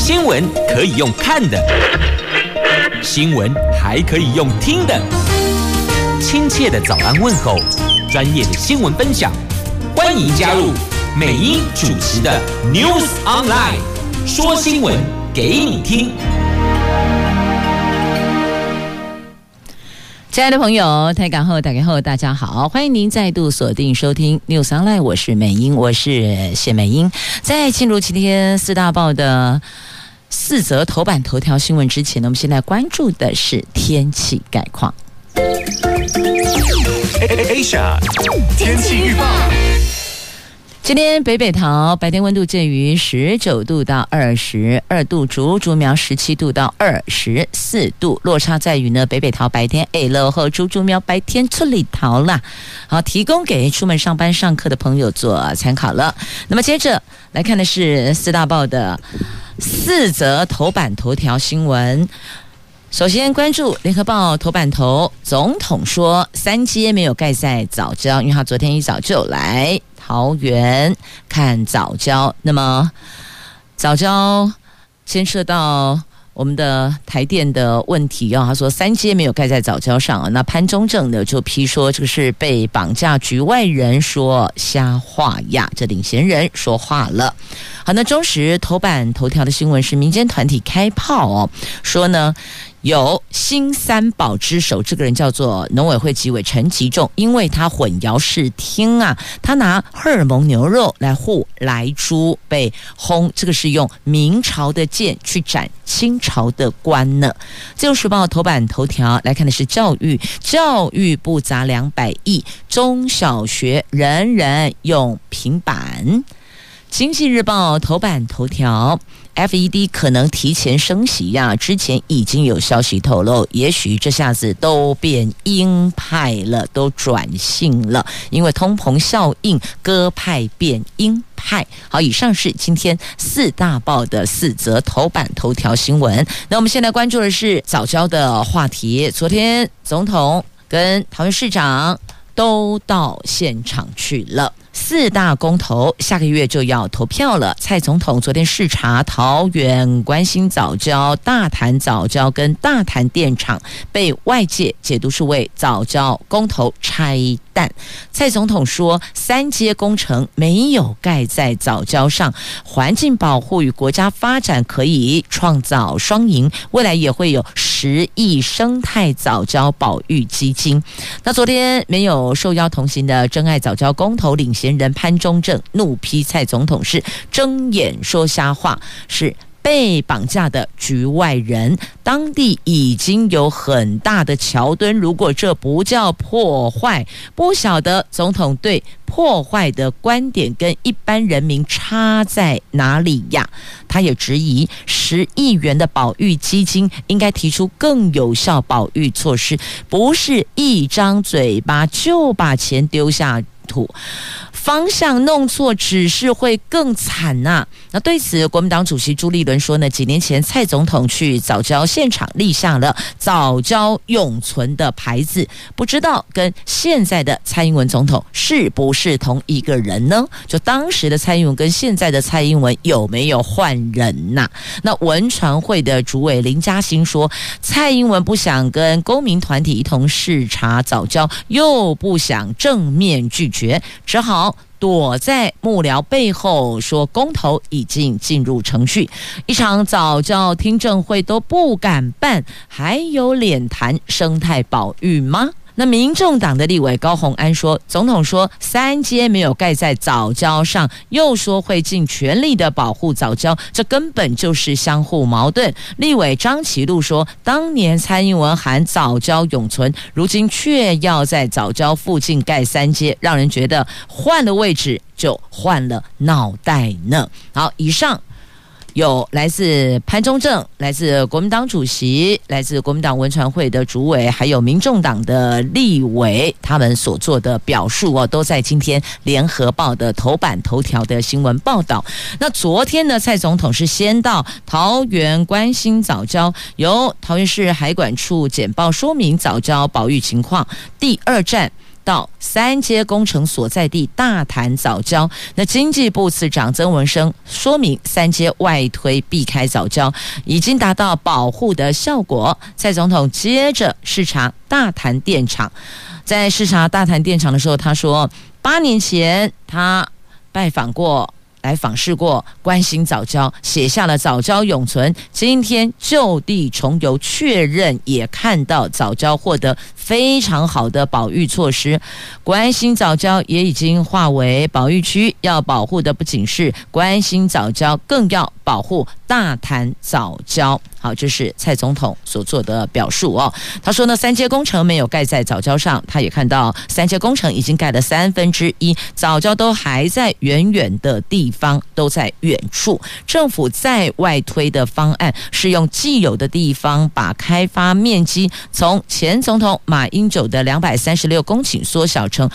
新闻可以用看的，新闻还可以用听的。亲切的早安问候，专业的新闻分享，欢迎加入美英主持的 News Online， 说新闻给你听。 亲爱的朋友，台港后打开后，大家好，欢迎您再度锁定收听 News Online， 我是美英，我是谢美英。在进入今天四大报的4则头版头条新闻之前呢，我们现在关注的是天气概况。 Asia 天气预报。 今天北桃白天温度介于19度到22度，竹苗17度到24度，落差在于呢北桃白天落后，竹苗白天出里头啦。好，提供给出门上班上课的朋友做参考了。那么接着来看的是四大报的4则头版头条新闻。首先关注联合报头版头，总统说3阶没有盖在藻礁，因为他昨天一早就来桃园看藻礁。那么藻礁牵涉到我们的台电的问题他说3阶没有盖在藻礁上那潘忠政呢就批说这个是被绑架局外人说瞎话呀，这领衔人说话了。好，那中时头版头条的新闻是民间团体开炮说呢有新三宝之首，这个人叫做农委会纪委陈吉仲，因为他混淆视听他拿荷尔蒙牛肉来护莱猪被轰，这个是用明朝的剑去斩清朝的官呢。自由时报头版头条来看的是教育部砸200亿，中小学人人用平板。经济日报头版头条 FED 可能提前升息之前已经有消息透露，也许这下子都变鹰派了，都转性了，因为通膨效应，鸽派变鹰派。好，以上是今天4大报的4则头版头条新闻。那我们现在关注的是藻礁的话题。昨天总统跟桃园市长都到现场去了，4大公投下个月就要投票了。蔡总统昨天视察桃园关心藻礁、大潭藻礁跟大潭电厂，被外界解读是为藻礁公投拆弹。蔡总统说3阶工程没有盖在藻礁上，环境保护与国家发展可以创造双赢，未来也会有10亿生态藻礁保育基金。那昨天没有受邀同行的珍爱藻礁公投领衔人潘忠政怒批蔡总统是睁眼说瞎话，是被绑架的局外人，当地已经有很大的桥墩，如果这不叫破坏，不晓得总统对破坏的观点跟一般人民差在哪里呀？他也质疑10亿元的保育基金应该提出更有效保育措施，不是一张嘴巴就把钱丢下土，方向弄错只是会更惨那对此国民党主席朱立伦说呢，几年前蔡总统去藻礁现场立下了藻礁永存的牌子，不知道跟现在的蔡英文总统是不是同一个人呢？就当时的蔡英文跟现在的蔡英文有没有换人那文传会的主委林嘉欣说，蔡英文不想跟公民团体一同视察藻礁，又不想正面拒绝，只好躲在幕僚背后说公投已经进入程序，一场藻礁听证会都不敢办，还有脸谈生态保育吗？那民众党的立委高虹安说，总统说3阶没有盖在藻礁上，又说会尽全力的保护藻礁，这根本就是相互矛盾。立委张其禄说，当年蔡英文喊藻礁永存，如今却要在藻礁附近盖3阶，让人觉得换了位置就换了脑袋呢。好，以上有来自潘忠政、来自国民党主席、来自国民党文传会的主委，还有民众党的立委，他们所做的表述都在今天联合报的头版头条的新闻报道。那昨天呢，蔡总统是先到桃园关心藻礁，由桃园市海管处简报说明藻礁保育情况。第2站到三接工程所在地大潭藻礁。那经济部次长曾文生说明，三接外推避开藻礁已经达到保护的效果。蔡总统接着视察大潭电厂，在视察大潭电厂的时候，他说8年前他来访视过关心藻礁，写下了藻礁永存。今天就地重游确认，也看到藻礁获得非常好的保育措施。关心藻礁也已经划为保育区，要保护的不仅是关心藻礁，更要保护大潭藻礁。好，这是蔡总统所做的表述哦。他说呢，三接工程没有盖在藻礁上，他也看到三接工程已经盖了1/3，藻礁都还在远远的地方，都在远处。政府在外推的方案是用既有的地方把开发面积从前总统马英九的236公顷缩小成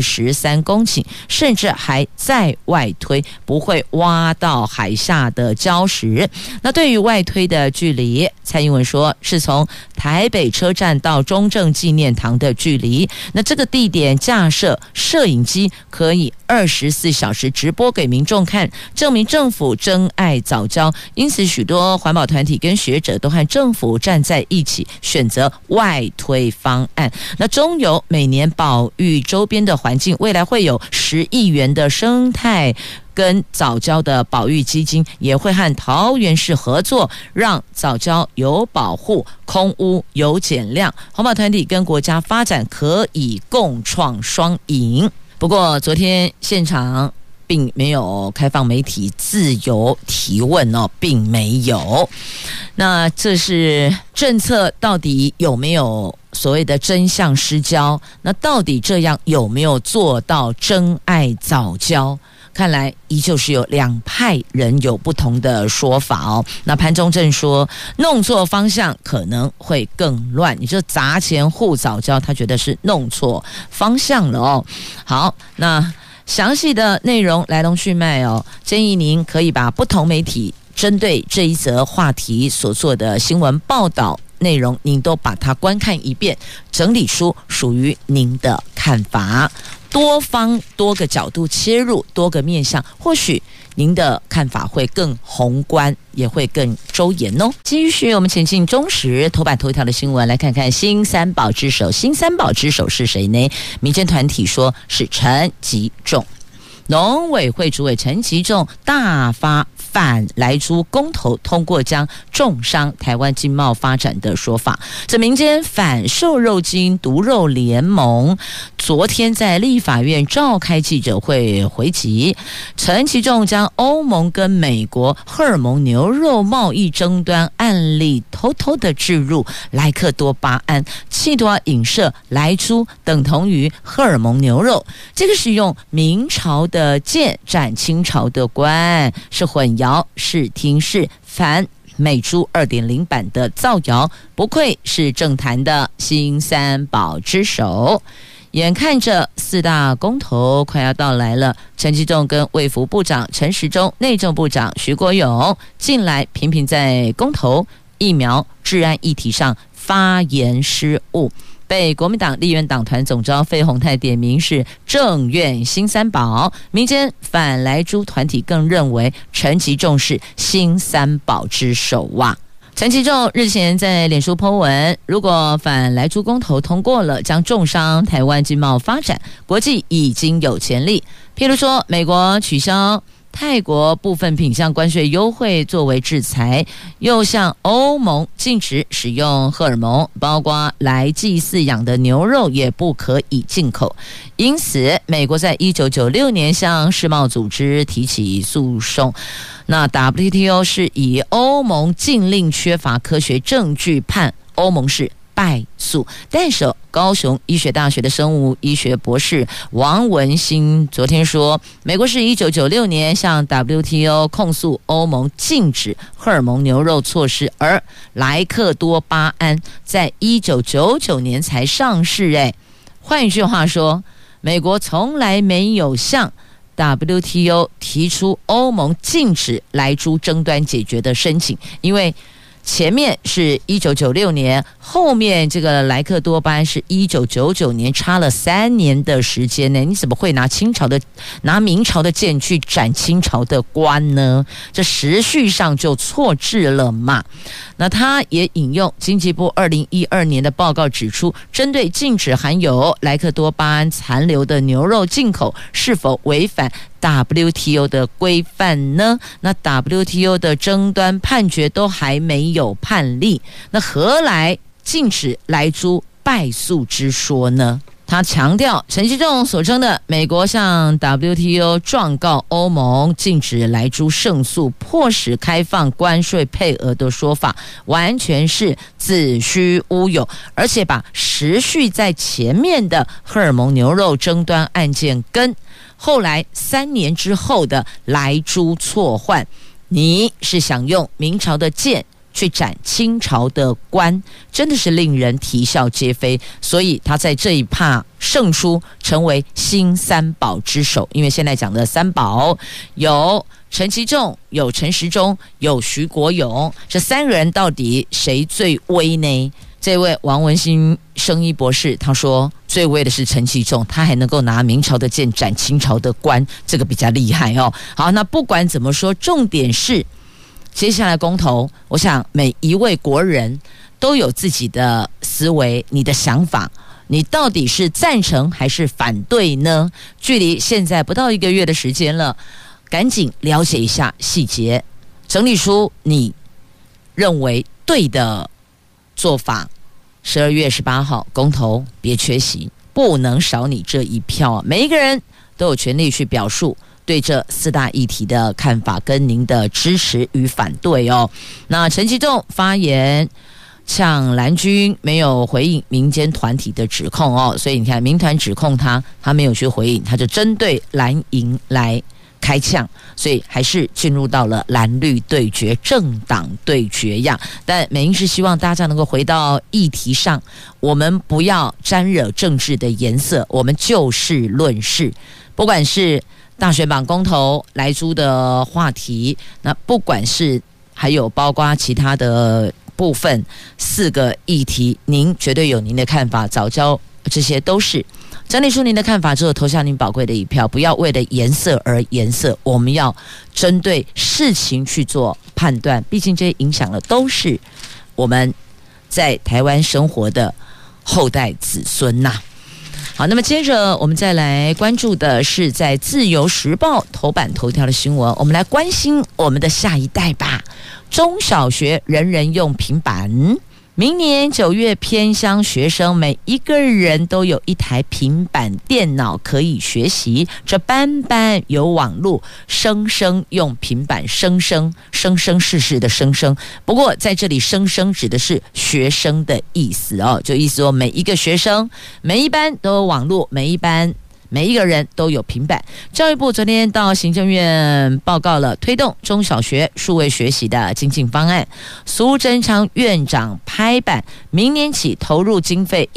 23公顷，甚至还在外推，不会挖到海下的礁石。那对于外推的距离，蔡英文说是从台北车站到中正纪念堂的距离。那这个地点架设摄影机，可以24小时直播给民众看，证明政府珍爱藻礁。因此许多环保团体跟学者都和政府站在一起，选择外推方案。那中油每年保育周边的环境，未来会有10亿元的生态跟藻礁的保育基金，也会和桃园市合作，让藻礁有保护，空污有减量，环保团体跟国家发展可以共创双赢。不过昨天现场并没有开放媒体自由提问哦，并没有。那这是政策到底有没有所谓的真相失焦？那到底这样有没有做到珍爱藻礁？看来依旧是有两派人有不同的说法哦。那潘忠政说，弄错方向可能会更乱。你就砸钱护藻礁，他觉得是弄错方向了哦。好，那详细的内容来龙去脉哦，建议您可以把不同媒体针对这一则话题所做的新闻报道内容，您都把它观看一遍，整理出属于您的看法。多方多个角度切入，多个面向，或许您的看法会更宏观，也会更周延哦。继续我们前进中时头版头条的新闻，来看看新三宝之首。新三宝之首是谁呢？民间团体说是陈吉仲。农委会主委陈吉仲大发反莱猪公投通过，将重伤台湾经贸发展的说法。这民间反瘦肉精毒肉联盟昨天在立法院召开记者会回击，陈吉仲将欧盟跟美国荷尔蒙牛肉贸易争端案例偷偷的置入莱克多巴胺，企图要影射莱猪等同于荷尔蒙牛肉。这个是用明朝的剑斩清朝的官，是混淆视听是反美猪 2.0 版的造谣，不愧是政坛的新三宝之首。眼看着4大公投快要到来了，陈吉仲跟卫福部长陈时中、内政部长徐国勇近来频频在公投、疫苗、治安议题上发言失误，被国民党立院党团总召费鸿泰点名是政院新三宝。民间反莱猪团体更认为陈吉仲是新三宝之首啊。陈吉仲日前在脸书 po 文，如果反莱猪公投通过了，将重伤台湾经贸发展，国际已经有潜力。譬如说，美国取消泰国部分品项关税优惠作为制裁，又向欧盟禁止使用荷尔蒙，包括来寄饲养的牛肉也不可以进口。因此美国在1996年向世贸组织提起诉讼，那 WTO 是以欧盟禁令缺乏科学证据判欧盟是败诉。但是高雄医学大学的生物医学博士王文兴昨天说，美国是1996年向 WTO 控诉欧盟禁止荷尔蒙牛肉措施，而莱克多巴胺在1999年才上市。换一句话说，美国从来没有向WTO 提出欧盟禁止莱猪争端解决的申请，因为前面是1996年后面这个莱克多巴胺是1999年，差了3年的时间呢，你怎么会拿明朝的剑去斩清朝的官呢？这时序上就错置了嘛。那他也引用经济部2012年的报告指出，针对禁止含有莱克多巴胺残留的牛肉进口是否违反 WTO 的规范呢？那 WTO 的争端判决都还没有判例，那何来禁止莱猪败诉之说呢？他强调，陈其仲所称的美国向 WTO 状告欧盟禁止莱猪胜诉，迫使开放关税配额的说法，完全是子虚乌有，而且把时序在前面的荷尔蒙牛肉争端案件跟后来3年之后的莱猪错换，你是想用明朝的剑去斩清朝的官，真的是令人啼笑皆非。所以他在这一趴胜出，成为新三宝之首。因为现在讲的三宝有陈其仲、有陈时中、有徐国勇，这3个人到底谁最威呢？这位王文兴生医博士他说，最威的是陈其仲，他还能够拿明朝的剑斩清朝的官，这个比较厉害哦。好，那不管怎么说，重点是接下来公投，我想每一位国人都有自己的思维，你的想法，你到底是赞成还是反对呢？距离现在不到1个月的时间了，赶紧了解一下细节，整理出你认为对的做法。12月18号公投别缺席，不能少你这一票，每一个人都有权利去表述对这4大议题的看法跟您的支持与反对哦。那陈其仲发言呛蓝军没有回应民间团体的指控哦，所以你看民团指控他没有去回应，他就针对蓝营来开呛，所以还是进入到了蓝绿对决、政党对决呀。但美英是希望大家能够回到议题上，我们不要沾惹政治的颜色，我们就事论事。不管是大选榜公投莱猪的话题，那不管是还有包括其他的部分4个议题，您绝对有您的看法，早教这些都是整理出您的看法之后，投下您宝贵的一票。不要为了颜色而颜色，我们要针对事情去做判断，毕竟这些影响了都是我们在台湾生活的后代子孙呐。好，那么接着我们再来关注的是在自由时报头版头条的新闻，我们来关心我们的下一代吧。中小学人人用平板，明年9月偏乡学生每一个人都有一台平板电脑可以学习，这班班有网路，生生用平板，生生世世的生生。不过在这里生生指的是学生的意思哦，就意思说每一个学生每一班都有网路，每一个人都有平板。教育部昨天到行政院报告了推动中小学数位学习的精进方案，苏贞昌院长拍板，明年起投入经费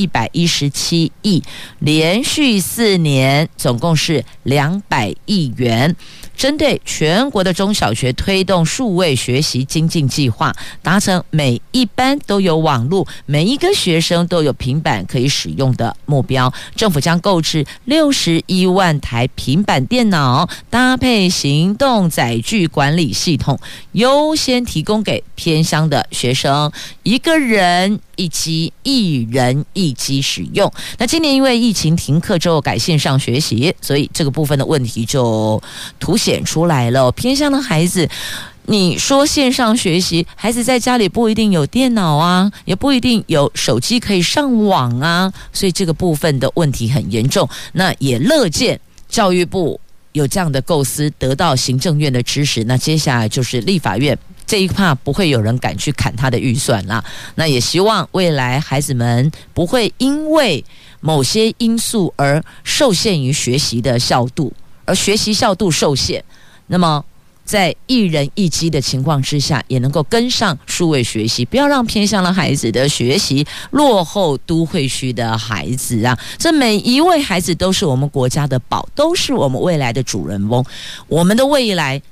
117亿，连续4年总共是200亿元，针对全国的中小学推动数位学习精进计划，达成每一班都有网路，每一个学生都有平板可以使用的目标。政府将购置61万台平板电脑，搭配行动载具管理系统，优先提供给偏乡的学生，一个人一机，一人一机使用。那今年因为疫情停课之后改线上学习，所以这个部分的问题就凸显出来了。偏乡的孩子，你说线上学习，孩子在家里不一定有电脑啊，也不一定有手机可以上网啊，所以这个部分的问题很严重。那也乐见教育部有这样的构思得到行政院的支持，那接下来就是立法院这一趴不会有人敢去砍他的预算啦。那也希望未来孩子们不会因为某些因素而受限于学习的效度，而学习效度受限，那么在一人一机的情况之下，也能够跟上数位学习，不要让偏向了孩子的学习落后都会区的孩子啊！这每一位孩子都是我们国家的宝，都是我们未来的主人翁，我们的未来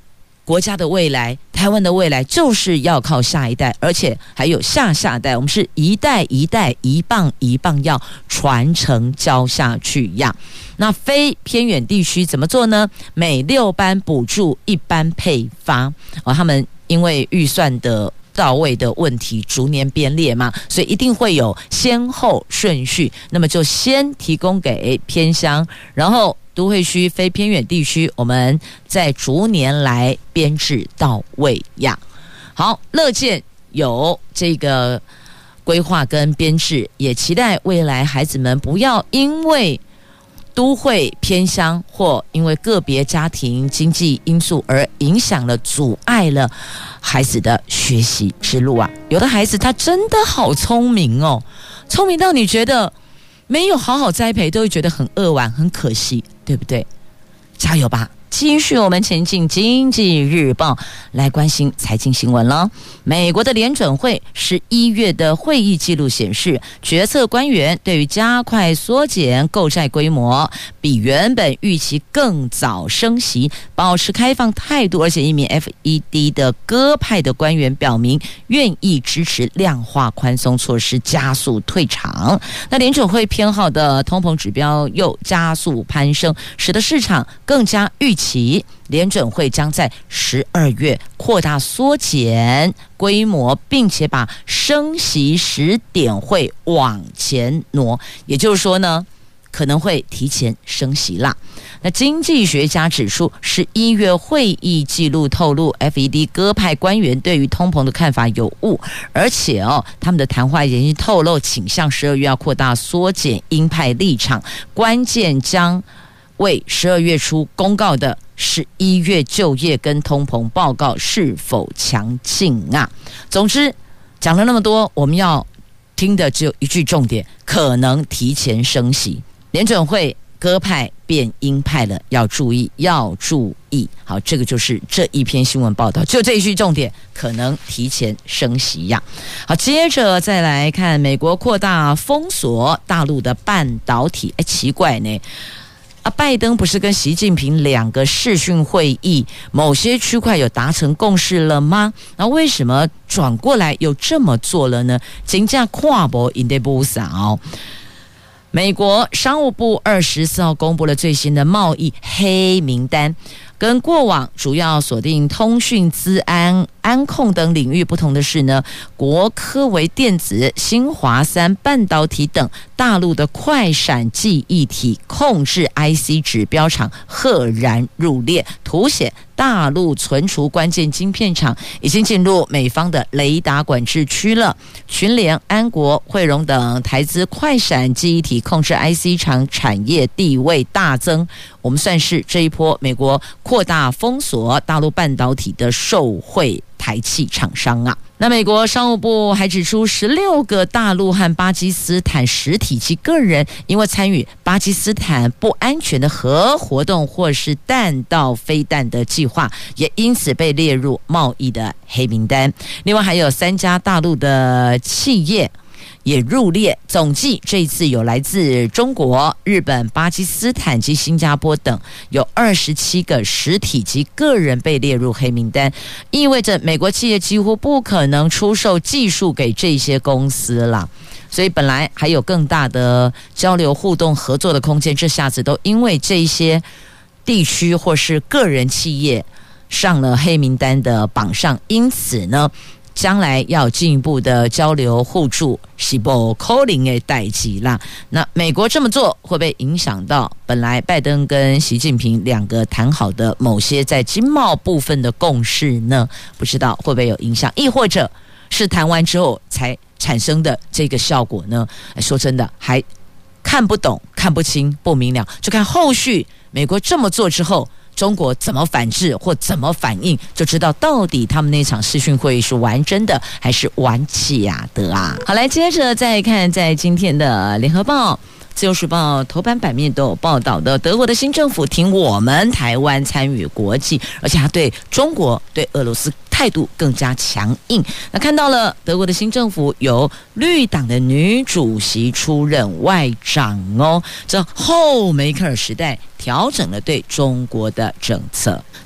国家的未来，台湾的未来就是要靠下一代，而且还有下下代，我们是一代一代一棒一棒要传承教下去呀。那非偏远地区怎么做呢？每6班补助1班配发他们因为预算的到位的问题逐年编列嘛，所以一定会有先后顺序，那么就先提供给偏乡，然后都会区、非偏远地区，我们再逐年来编制到位呀。好，乐见有这个规划跟编制，也期待未来孩子们不要因为都会偏乡或因为个别家庭经济因素而影响了、阻碍了孩子的学习之路啊。有的孩子他真的好聪明哦，聪明到你觉得没有好好栽培都会觉得很扼腕、很可惜，对不对？加油吧！继续我们前进经济日报来关心财经新闻了。美国的联准会11月的会议记录显示，决策官员对于加快缩减购债规模比原本预期更早升息保持开放态度，而且一名 FED 的鸽派的官员表明愿意支持量化宽松措施加速退场。那联准会偏好的通膨指标又加速攀升，使得市场更加预期联准会将在12月扩大缩减规模，并且把升息时点会往前挪，也就是说呢，可能会提前升息啦。那经济学家指出，11月会议记录透露 FED 鸽派官员对于通膨的看法有误，而且他们的谈话已经透露倾向12月要扩大缩减鹰派立场，关键将为12月初公告的11月就业跟通膨报告是否强劲啊。总之讲了那么多，我们要听的只有一句重点，可能提前升息，联准会鸽派变鹰派了，要注意，要注意。好，这个就是这一篇新闻报道，就这一句重点，可能提前升息呀。好，接着再来看美国扩大封锁大陆的半导体，奇怪呢。拜登不是跟习近平2个视讯会议，某些区块有达成共识了吗？那为什么转过来又这么做了呢？真的看不赢得不少。美国商务部24号公布了最新的贸易黑名单，跟过往主要锁定通讯、资安、安控等领域不同的是呢，国科微电子、新华三半导体等大陆的快闪记忆体控制 IC 指标厂赫然入列，凸显大陆存储关键晶片厂已经进入美方的雷达管制区了。群联、安国、汇荣等台资快闪记忆体控制 IC 厂产业地位大增，我们算是这一波美国扩大封锁大陆半导体的受惠台企厂商啊。那美国商务部还指出，16个大陆和巴基斯坦实体及个人因为参与巴基斯坦不安全的核活动或是弹道飞弹的计划，也因此被列入贸易的黑名单。另外还有3家大陆的企业也入列，总计这一次有来自中国、日本、巴基斯坦及新加坡等有27个实体及个人被列入黑名单，意味着美国企业几乎不可能出售技术给这些公司了。所以本来还有更大的交流互动合作的空间，这下子都因为这些地区或是个人企业上了黑名单的榜上，因此呢将来要进一步的交流互助是不可能的代志啦。那美国这么做会不会影响到本来拜登跟习近平2个谈好的某些在经贸部分的共识呢？不知道会不会有影响，亦或者是谈完之后才产生的这个效果呢？说真的还看不懂、看不清、不明了，就看后续美国这么做之后中国怎么反制或怎么反应，就知道到底他们那场视讯会议是玩真的还是玩假的啊。好，来接着再看在今天的联合报、自由时报头版版面都有报道的，德国的新政府挺我们台湾参与国际，而且他对中国、对俄罗斯态度更加强硬。那看到了德国的新政府由绿党的女主席出任外长哦，这后梅克尔时代调整了对中国的政策。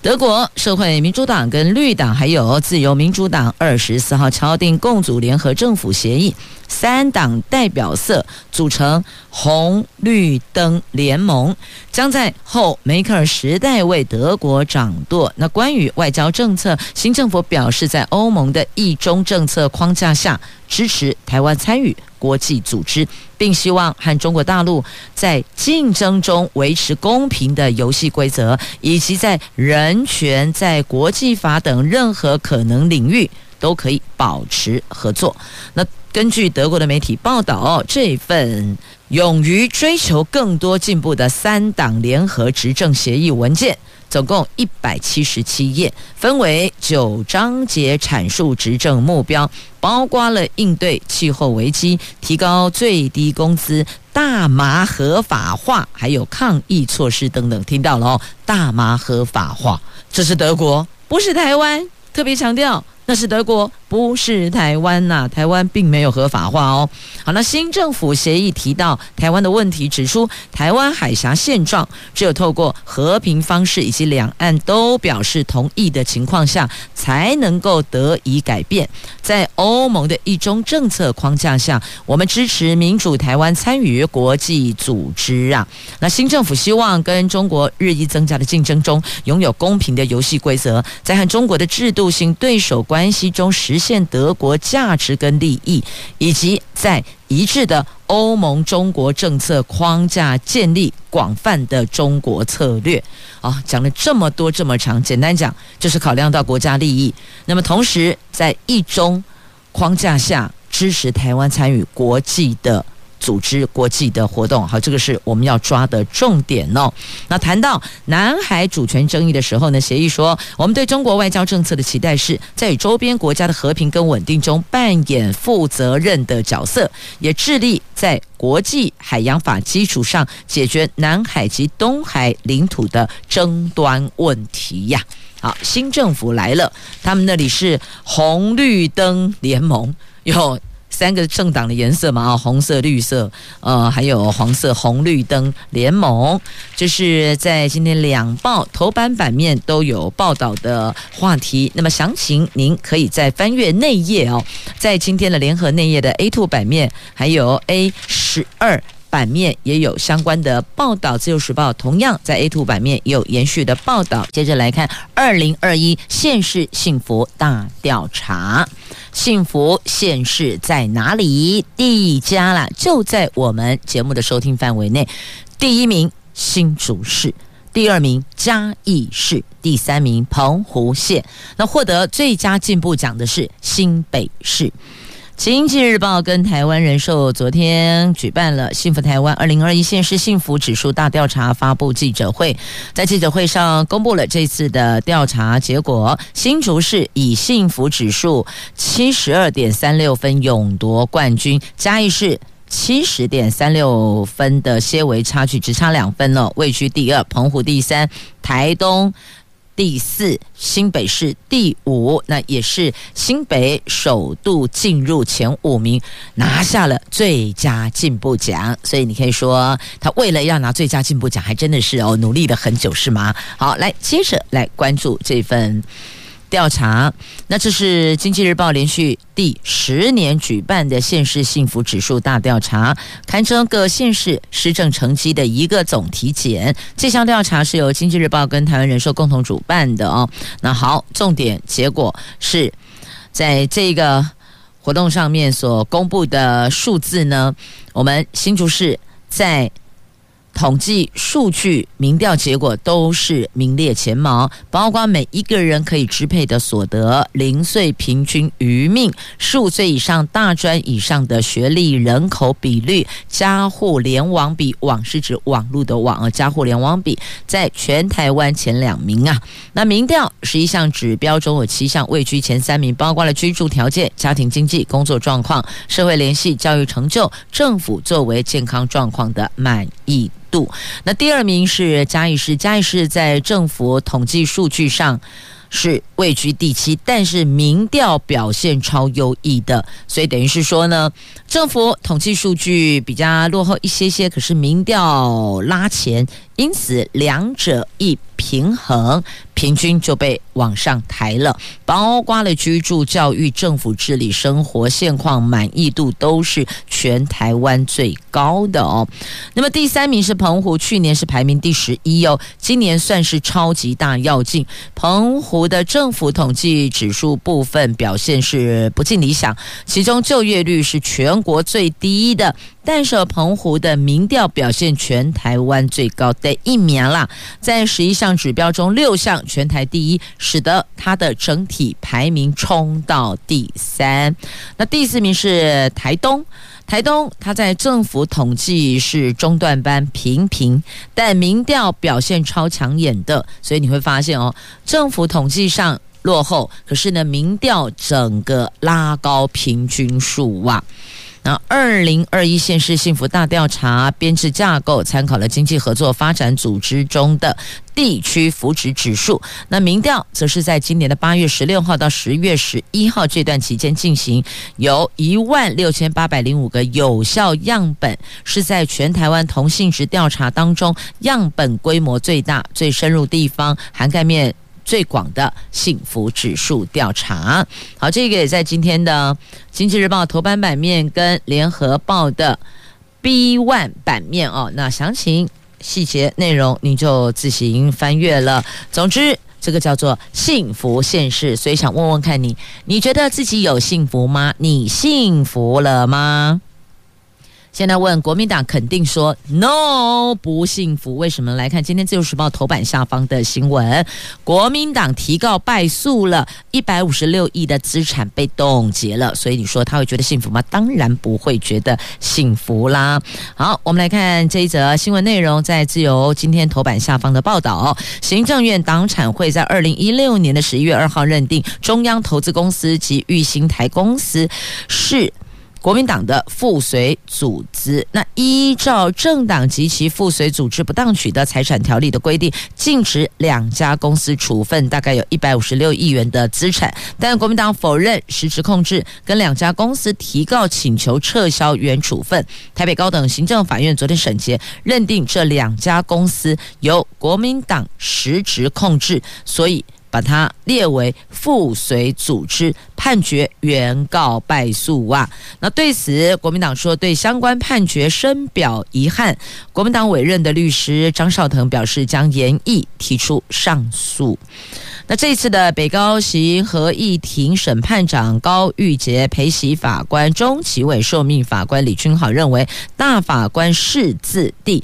德国社会民主党跟绿党还有自由民主党24号敲定共组联合政府协议，3党代表色组成红绿灯联盟，将在后梅克尔时代为德国掌舵。那关于外交政策，新政府表示在欧盟的一中政策框架下，支持台湾参与国际组织，并希望和中国大陆在竞争中维持公平的游戏规则，以及在人权、在国际法等任何可能领域都可以保持合作。那根据德国的媒体报道，这份勇于追求更多进步的3党联合执政协议文件总共177页，分为9章节阐述执政目标，包括了应对气候危机、提高最低工资、大麻合法化，还有抗疫措施等等。听到了哦，大麻合法化，这是德国，不是台湾，特别强调那是德国，不是台湾呐，台湾并没有合法化哦。好，那新政府协议提到台湾的问题，指出台湾海峡现状只有透过和平方式以及两岸都表示同意的情况下，才能够得以改变。在欧盟的一中政策框架下，我们支持民主台湾参与国际组织啊。那新政府希望跟中国日益增加的竞争中，拥有公平的游戏规则，在和中国的制度性对手关系中实现德国价值跟利益，以及在一致的欧盟中国政策框架建立广泛的中国策略。讲了这么多这么长，简单讲就是考量到国家利益，那么同时在一中框架下支持台湾参与国际的组织、国际的活动。好，这个是我们要抓的重点哦。那谈到南海主权争议的时候呢，协议说我们对中国外交政策的期待是在与周边国家的和平跟稳定中扮演负责任的角色，也致力在国际海洋法基础上解决南海及东海领土的争端问题呀。好，新政府来了，他们那里是红绿灯联盟，有3个政党的颜色嘛，红色、绿色，还有黄色，红绿灯联盟，这是在今天两报头版版面都有报道的话题。那么详情您可以在翻阅内页哦，在今天的联合内页的 A2 版面，还有 A12版面也有相关的报道。自由时报同样在 A2 版面也有延续的报道。接着来看2021县市幸福大调查，幸福县市在哪里？第一家啦，就在我们节目的收听范围内。第1名新竹市，第2名嘉义市，第3名澎湖县。那获得最佳进步奖的是新北市。经济日报跟台湾人寿昨天举办了幸福台湾2021县市幸福指数大调查发布记者会，在记者会上公布了这次的调查结果，新竹市以幸福指数 72.36 分勇夺冠军，嘉义市70.36 分的些微差距，只差2分了，位居第2，澎湖第3，台东第4，新北市第5，那也是新北首度进入前5名，拿下了最佳进步奖。所以你可以说他为了要拿最佳进步奖还真的是努力了很久，是吗？好，来接着来关注这份调查。那这是经济日报连续第10年举办的县市幸福指数大调查，堪称各县市施政成绩的一个总体检。这项调查是由经济日报跟台湾人寿共同主办的哦。那好，重点结果是在这个活动上面所公布的数字呢，我们新竹市在统计数据民调结果都是名列前茅，包括每一个人可以支配的所得、0岁平均余命、15岁以上大专以上的学历、人口比率、家户联网比，网是指网络的网，家户联网比在全台湾前2名啊。那民调11项指标中有7项位居前3名，包括了居住条件、家庭经济、工作状况、社会联系、教育成就、政府作为健康状况的满意度。那第2名是嘉义市，嘉义市在政府统计数据上是位位居第7，但是民调表现超优异的，所以等于是说呢，政府统计数据比较落后一些，可是民调拉前，因此两者一平衡，平均就被往上抬了，包括了居住、教育、政府治理、生活现况满意度都是全台湾最高的哦。那么第3名是澎湖，去年是排名第11哦，今年算是超级大跃进。澎湖的政府统计指数部分表现是不尽理想，其中就业率是全国最低的，但是澎湖的民调表现全台湾最高的一名啦，在11项指标中6项全台第1，使得它的整体排名冲到第3。那第4名是台东，它在政府统计是中段班平，但民调表现超抢眼的，所以你会发现哦，政府统计上落后，可是呢，民调整个拉高平均数啊。那2021县市幸福大调查编制架构参考了经济合作发展组织中的地区福祉指数，那民调则是在今年的8月16号到10月11号这段期间进行，有16805个有效样本，是在全台湾同性质调查当中样本规模最大、最深入地方、涵盖面最广的幸福指数调查。好，这个也在今天的经济日报头版版面跟联合报的 B1 版面哦，那详情细节内容你就自行翻阅了。总之这个叫做幸福县市，所以想问问看你觉得自己有幸福吗？你幸福了吗？现在问国民党肯定说 no 不幸福，为什么？来看今天自由时报头版下方的新闻，国民党提告败诉了，156亿的资产被冻结了，所以你说他会觉得幸福吗？当然不会觉得幸福啦。好，我们来看这一则新闻内容，在自由今天头版下方的报道，行政院党产会在2016年的11月2号认定中央投资公司及裕兴台公司是国民党的附随组织，那依照政党及其附随组织不当取得财产条例的规定，禁止2家公司处分大概有156亿元的资产，但国民党否认实质控制，跟2家公司提告请求撤销原处分。台北高等行政法院昨天审结，认定这2家公司由国民党实质控制，所以把它列为附随组织，判决原告败诉啊。那对此，国民党说对相关判决深表遗憾。国民党委任的律师张绍腾表示，将研议提出上诉。那这一次的北高行合议庭审判长高玉洁、陪席法官钟其伟、受命法官李君豪认为，大法官释字第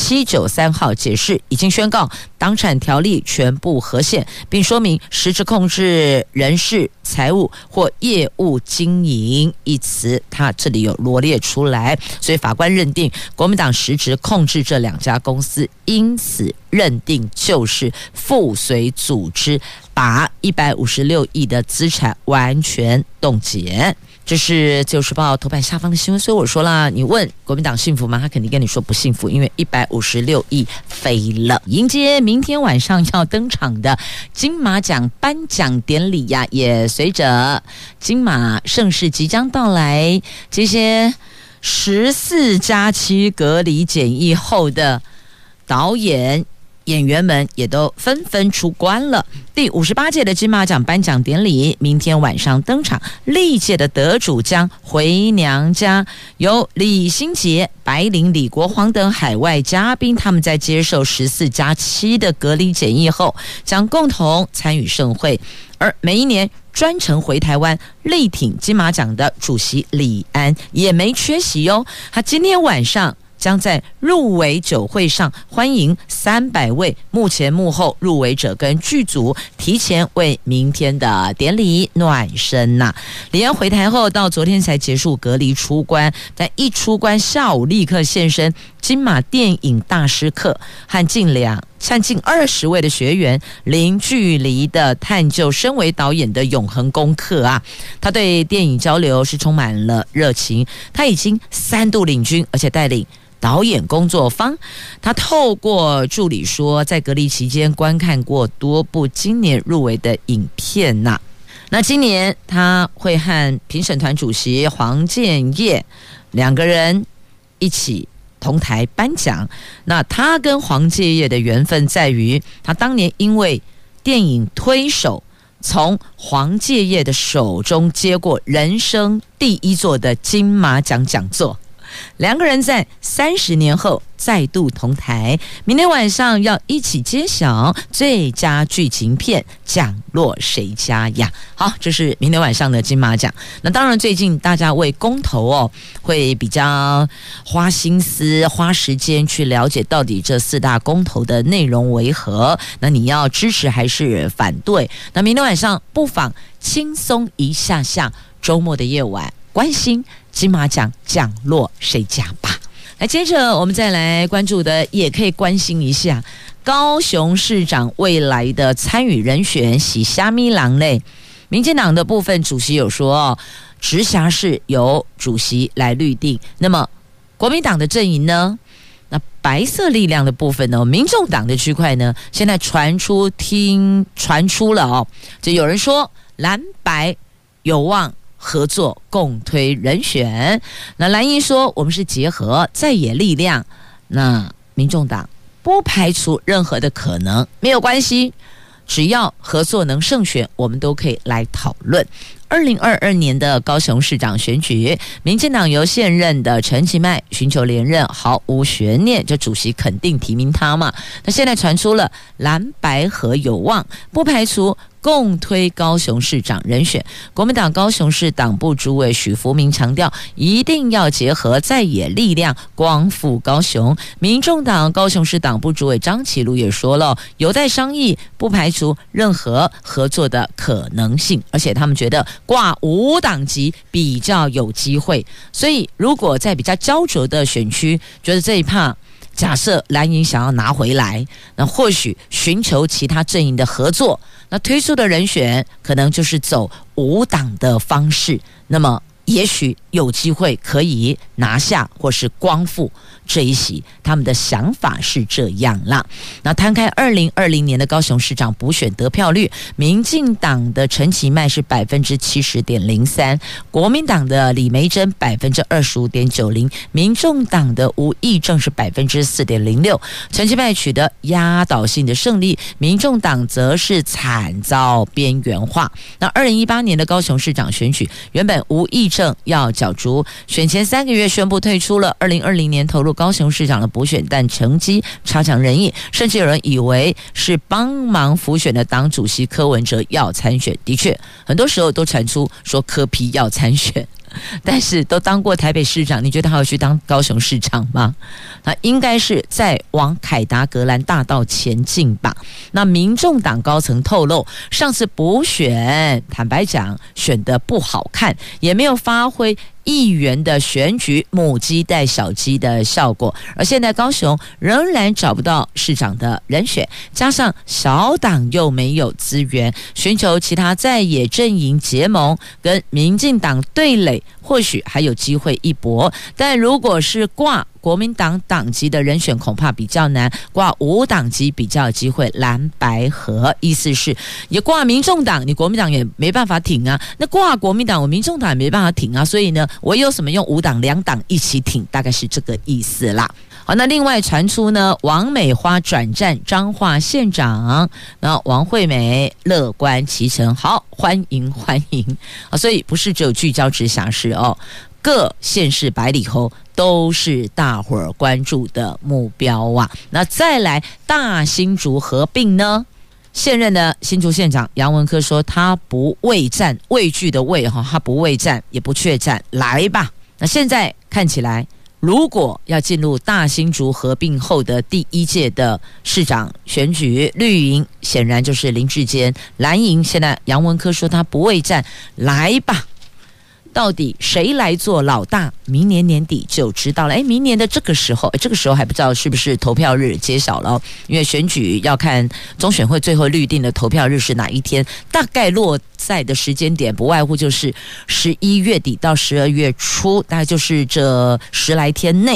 793号解释已经宣告党产条例全部合宪，并说明实质控制人事、财务或业务经营一词，它这里有罗列出来，所以法官认定国民党实质控制这2家公司，因此认定就是附随组织，把156亿的资产完全冻结。这是自由时报头版下方的新闻，所以我说啦，你问国民党幸福吗？他肯定跟你说不幸福，因为156亿飞了。迎接明天晚上要登场的金马奖颁奖典礼呀，也随着金马盛事即将到来，这些14+7隔离检疫后的导演演员们也都纷纷出关了。第58届的金马奖颁奖典礼明天晚上登场，历届的得主将回娘家，由李心洁、白灵、李国煌等海外嘉宾，他们在接受14+7的隔离检疫后，将共同参与盛会。而每一年专程回台湾力挺金马奖的主席李安也没缺席哦，他今天晚上将在入围酒会上欢迎300位幕前幕后入围者跟剧组，提前为明天的典礼暖身呐。李安回台后到昨天才结束隔离出关，但一出关下午立刻现身金马电影大师课，和近20位的学员零距离的探究身为导演的永恒功课啊！他对电影交流是充满了热情，他已经3度领军，而且带领导演工作坊，他透过助理说，在隔离期间观看过多部今年入围的影片呐。那今年他会和评审团主席黄建业两个人一起同台颁奖。那他跟黄建业的缘分在于，他当年因为电影推手从黄建业的手中接过人生第一座的金马奖讲座，两个人在30年后再度同台，明天晚上要一起揭晓最佳剧情片奖落谁家呀？好，这是明天晚上的金马奖。那当然最近大家为公投会比较花心思花时间去了解到底这4大公投的内容为何，那你要支持还是反对？那明天晚上不妨轻松一下下，周末的夜晚关心金马奖奖落谁家吧。来，接着我们再来关注的，也可以关心一下高雄市长未来的参与人选是虾米人嘞？民进党的部分主席有说，直辖市由主席来律定。那么国民党的阵营呢？那白色力量的部分呢？民众党的区块呢？现在传出了就有人说蓝白有望合作共推人选。那蓝营说我们是结合在野力量，那民众党不排除任何的可能，没有关系，只要合作能胜选，我们都可以来讨论。2022年的高雄市长选举，民进党由现任的陈其迈寻求连任，毫无悬念，这主席肯定提名他嘛。那现在传出了蓝白合有望，不排除共推高雄市长人选。国民党高雄市党部主委许福明强调，一定要结合在野力量，光复高雄。民众党高雄市党部主委张启禄也说了，有待商议，不排除任何合作的可能性，而且他们觉得挂无党籍比较有机会。所以如果在比较焦灼的选区，觉得这一趴假设蓝营想要拿回来，那或许寻求其他阵营的合作，那推出的人选可能就是走无党的方式，那么也许有机会可以拿下或是光复这一席，他们的想法是这样啦。那摊开2020年的高雄市长补选得票率，民进党的陈其迈是 70.03%， 国民党的李眉蓁 25.90%， 民众党的吴益政是 4.06%。 陈其迈取得压倒性的胜利，民众党则是惨遭边缘化。那2018年的高雄市长选举，原本吴益政要角逐，选前3个月宣布退出了2020年投入高雄市长的补选，但成绩差强人意，甚至有人以为是帮忙辅选的党主席柯文哲要参选。的确，很多时候都传出说柯 P 要参选，但是都当过台北市长，你觉得他会去当高雄市长吗？那应该是在往凯达格兰大道前进吧。那民众党高层透露，上次补选坦白讲选得不好看，也没有发挥议员的选举母鸡带小鸡的效果，而现在高雄仍然找不到市长的人选，加上小党又没有资源，寻求其他在野阵营结盟，跟民进党对垒，或许还有机会一搏。但如果是挂国民党党籍的人选，恐怕比较难，挂无党籍比较有机会蓝白合，意思是也挂民众党，你国民党也没办法挺啊，那挂国民党我民众党也没办法挺啊，所以呢我有什么用无党两党一起挺，大概是这个意思啦。好，那另外传出呢，王美花转战彰化县长，那王惠美乐观其成，好，欢迎欢迎啊！所以不是只有聚焦直辖市哦，各县市百里侯都是大伙儿关注的目标啊。那再来大新竹合并呢？现任的新竹县长杨文科说，他不畏战，畏惧的畏哈，他不畏战，也不怯战，来吧。那现在看起来，如果要进入大新竹合并后的第1届的市长选举，绿营显然就是林智坚，蓝营现在杨文科说他不畏战，来吧。到底谁来做老大？明年年底就知道了。明年的这个时候还不知道是不是投票日揭晓了，因为选举要看中选会最后预定的投票日是哪一天，大概落在的时间点不外乎就是11月底到12月初，大概就是这10来天内，可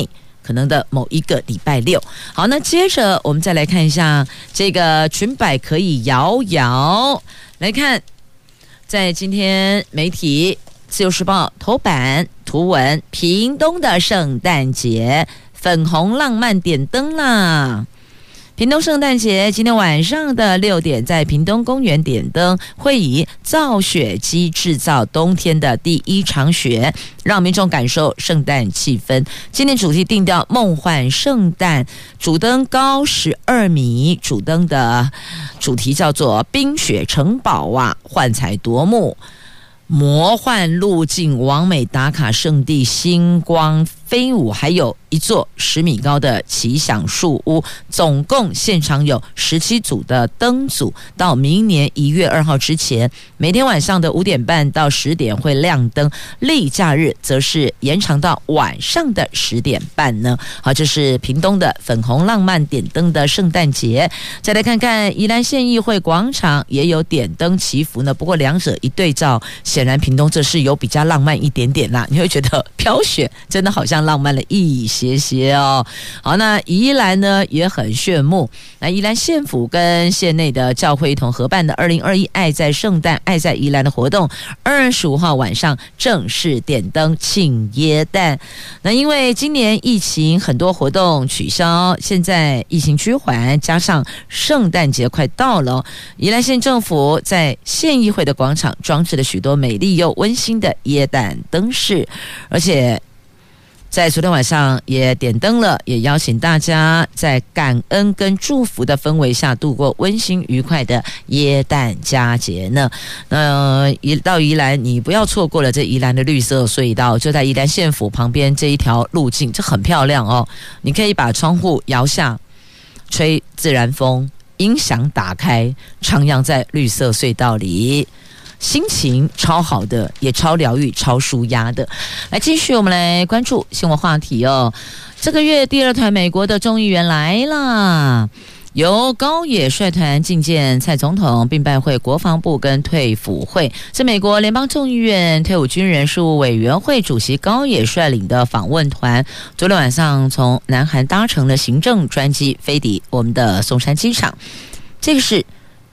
可能的某一个礼拜六。好，那接着我们再来看一下这个裙摆可以摇摇。来看，在今天媒体自由时报头版图文，屏东的圣诞节粉红浪漫点灯啦。屏东圣诞节今天晚上的6点在屏东公园点灯，会以造雪机制造冬天的第一场雪，让民众感受圣诞气氛。今年主题定调梦幻圣诞，主灯高12米，主灯的主题叫做冰雪城堡啊，幻彩夺目，魔幻路径，完美打卡圣地，星光飞舞，还有一座10米高的奇想树屋，总共现场有17组的灯组，到明年1月2号之前，每天晚上的5点半到10点会亮灯，例假日则是延长到晚上的10点半呢。好，这是屏东的粉红浪漫点灯的圣诞节。再来看看宜兰县议会广场也有点灯祈福呢，不过两者一对照，显然屏东这是有比较浪漫一点点啦，你会觉得飘雪真的好像浪漫了一些哦。好，那宜兰呢也很炫目，那宜兰县府跟县内的教会一同合办的2021爱在圣诞爱在宜兰的活动，25号晚上正式点灯庆耶诞。那因为今年疫情很多活动取消，现在疫情趋缓，加上圣诞节快到了，宜兰县政府在县议会的广场装置了许多美丽又温馨的耶诞灯饰，而且在昨天晚上也点灯了，也邀请大家在感恩跟祝福的氛围下度过温馨愉快的耶诞佳节呢。到宜兰你不要错过了这宜兰的绿色隧道，就在宜兰县府旁边这一条路径，这很漂亮哦。你可以把窗户摇下，吹自然风，音响打开，徜徉在绿色隧道里，心情超好的，也超疗愈、超舒压的。来，继续我们来关注新闻话题哦。这个月第2团美国的众议员来啦，由高野率团觐见蔡总统，并拜会国防部跟退辅会。是美国联邦众议院退伍军人事务委员会主席高野率领的访问团，昨天晚上从南韩搭乘了行政专机飞抵我们的松山机场。这个是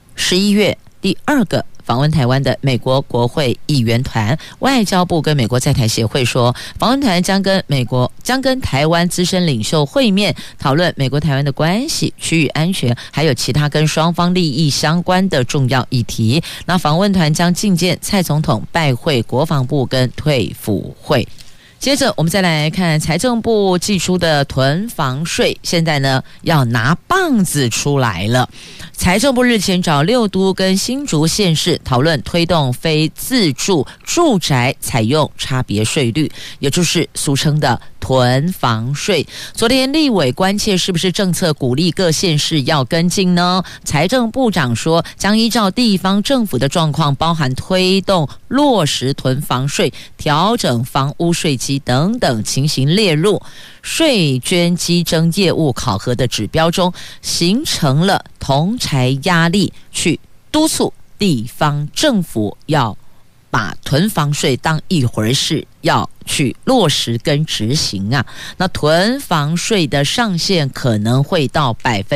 11月第2个访问台湾的美国国会议员团。外交部跟美国在台协会说，访问团将跟台湾资深领袖会面，讨论美国台湾的关系、区域安全，还有其他跟双方利益相关的重要议题。那访问团将觐见蔡总统，拜会国防部跟退辅会。接着我们再来看财政部寄出的囤房税，现在呢要拿棒子出来了。财政部日前找6都跟新竹县市讨论推动非自住住宅采用差别税率，也就是俗称的囤房税。昨天立委关切是不是政策鼓励各县市要跟进呢？财政部长说，将依照地方政府的状况，包含推动落实囤房税、调整房屋税基等等情形列入税捐稽征业务考核的指标中，形成了同侪压力，去督促地方政府要把囤房税当一回事，要去落实跟执行啊。那囤房税的上限可能会到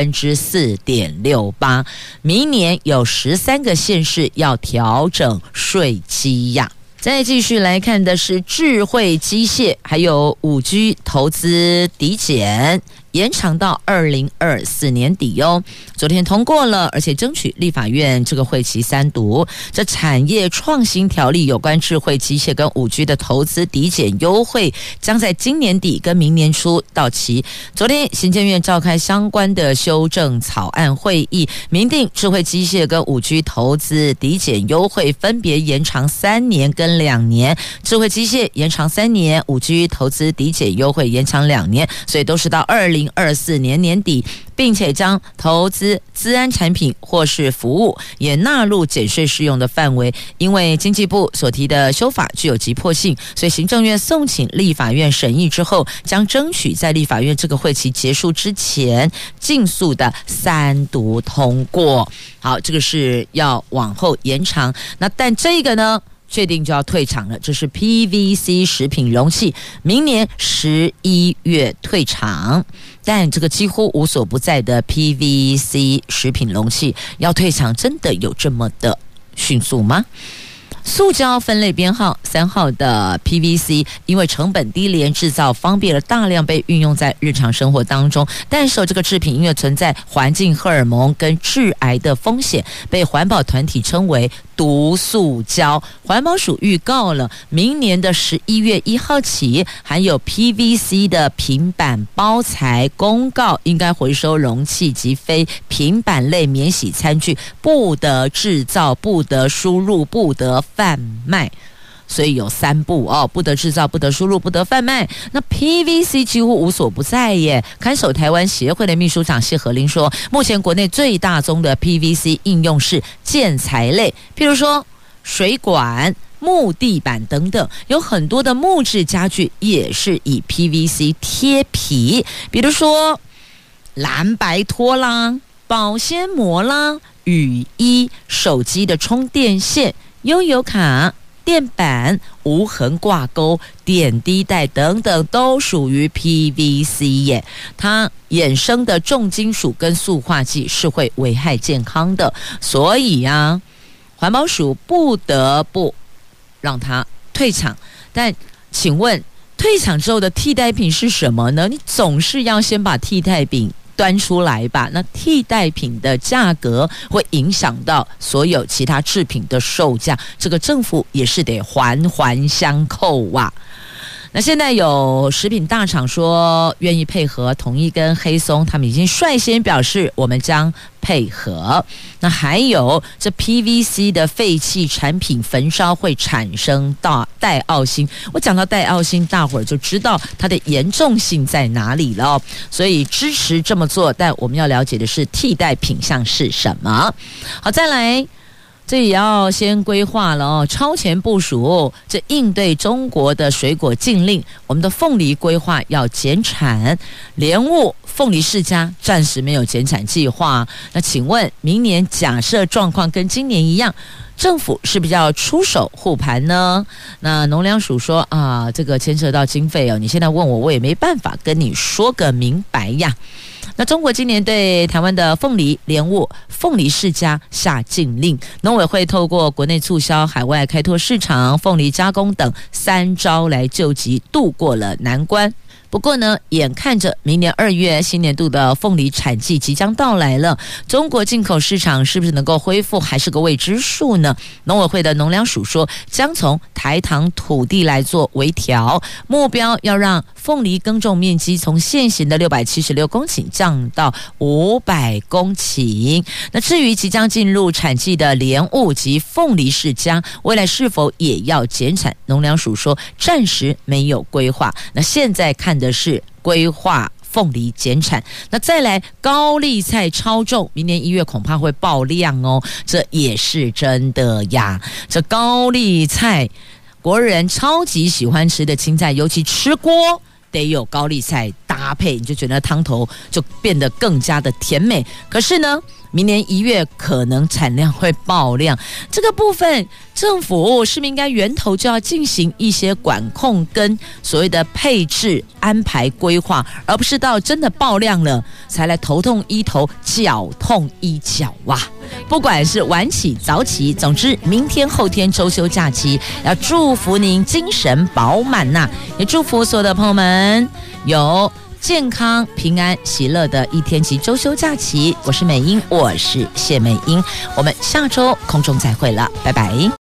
4.68%， 明年有13个县市要调整税基呀。再继续来看的是智慧机械还有 5G 投资抵减，延长到2024年底哦。昨天通过了，而且争取立法院这个会期3读。这产业创新条例有关智慧机械跟 5G 的投资抵减优惠，将在今年底跟明年初到期。昨天行政院召开相关的修正草案会议，明定智慧机械跟 5G 投资抵减优惠分别延长3年跟2年，智慧机械延长3年， 5G 投资抵减优惠延长2年，所以都是到2024年年底，并且将投资资安产品或是服务也纳入减税适用的范围。因为经济部所提的修法具有急迫性，所以行政院送请立法院审议之后，将争取在立法院这个会期结束之前尽速的3读通过。好，这个是要往后延长。那但这个呢确定就要退场了，这是 PVC 食品容器，明年11月退场。但这个几乎无所不在的 PVC 食品容器要退场，真的有这么的迅速吗？塑胶分类编号3号的 PVC， 因为成本低廉，制造方便，了大量被运用在日常生活当中。但是这个制品因为存在环境荷尔蒙跟致癌的风险，被环保团体称为毒塑胶。环保署预告了，明年的11月1号起，含有 PVC 的平板包材公告，应该回收容器及非平板类免洗餐具不得制造、不得输入、不得贩卖。所以有3不哦，不得制造、不得输入、不得贩卖。那 PVC 几乎无所不在耶。看守台湾协会的秘书长谢和林说，目前国内最大宗的 PVC 应用是建材类，譬如说水管、木地板等等，有很多的木质家具也是以 PVC 贴皮，比如说蓝白拖啦、保鲜膜啦、雨衣、手机的充电线、悠游卡、电板、无痕挂钩、点滴带等等都属于 PVC 耶。它衍生的重金属跟塑化剂是会危害健康的，所以啊，环保署不得不让它退场。但请问退场之后的替代品是什么呢？你总是要先把替代品端出来吧，那替代品的价格会影响到所有其他制品的售价，这个政府也是得环环相扣啊。那现在有食品大厂说愿意配合统一跟黑松，他们已经率先表示我们将配合。那还有这 PVC 的废弃产品焚烧会产生戴奥辛，我讲到戴奥辛，大伙儿就知道它的严重性在哪里了，所以支持这么做。但我们要了解的是替代品项是什么。好，再来。这也要先规划了哦，超前部署，这应对中国的水果禁令，我们的凤梨规划要减产，莲雾、凤梨世家暂时没有减产计划。那请问，明年假设状况跟今年一样，政府是不是要出手护盘呢？那农粮署说啊，这个牵涉到经费哦，你现在问我，我也没办法跟你说个明白呀。那中国今年对台湾的凤梨、莲雾、凤梨世家下禁令，农委会透过国内促销、海外开拓市场、凤梨加工等3招来救急，度过了难关。不过呢，眼看着明年2月新年度的凤梨产季即将到来了，中国进口市场是不是能够恢复，还是个未知数呢？农委会的农粮署说，将从台糖土地来做微调，目标要让凤梨耕种面积从现行的676公顷降到500公顷。那至于即将进入产季的莲雾及凤梨世家，未来是否也要减产？农粮署说，暂时没有规划。那现在看的是规划凤梨减产。那再来高丽菜超重，明年1月恐怕会爆量哦，这也是真的呀。这高丽菜国人超级喜欢吃的青菜，尤其吃锅得有高丽菜搭配，你就觉得汤头就变得更加的甜美。可是呢，明年1月可能产量会爆量，这个部分政府是不是应该源头就要进行一些管控跟所谓的配置安排规划，而不是到真的爆量了才来头痛医头脚痛医脚啊。不管是晚起早起，总之明天后天周休假期，要祝福您精神饱满呐，也祝福所有的朋友们有健康、平安、喜乐的一天及周休假期。我是美英，我是谢美英，我们下周空中再会了，拜拜。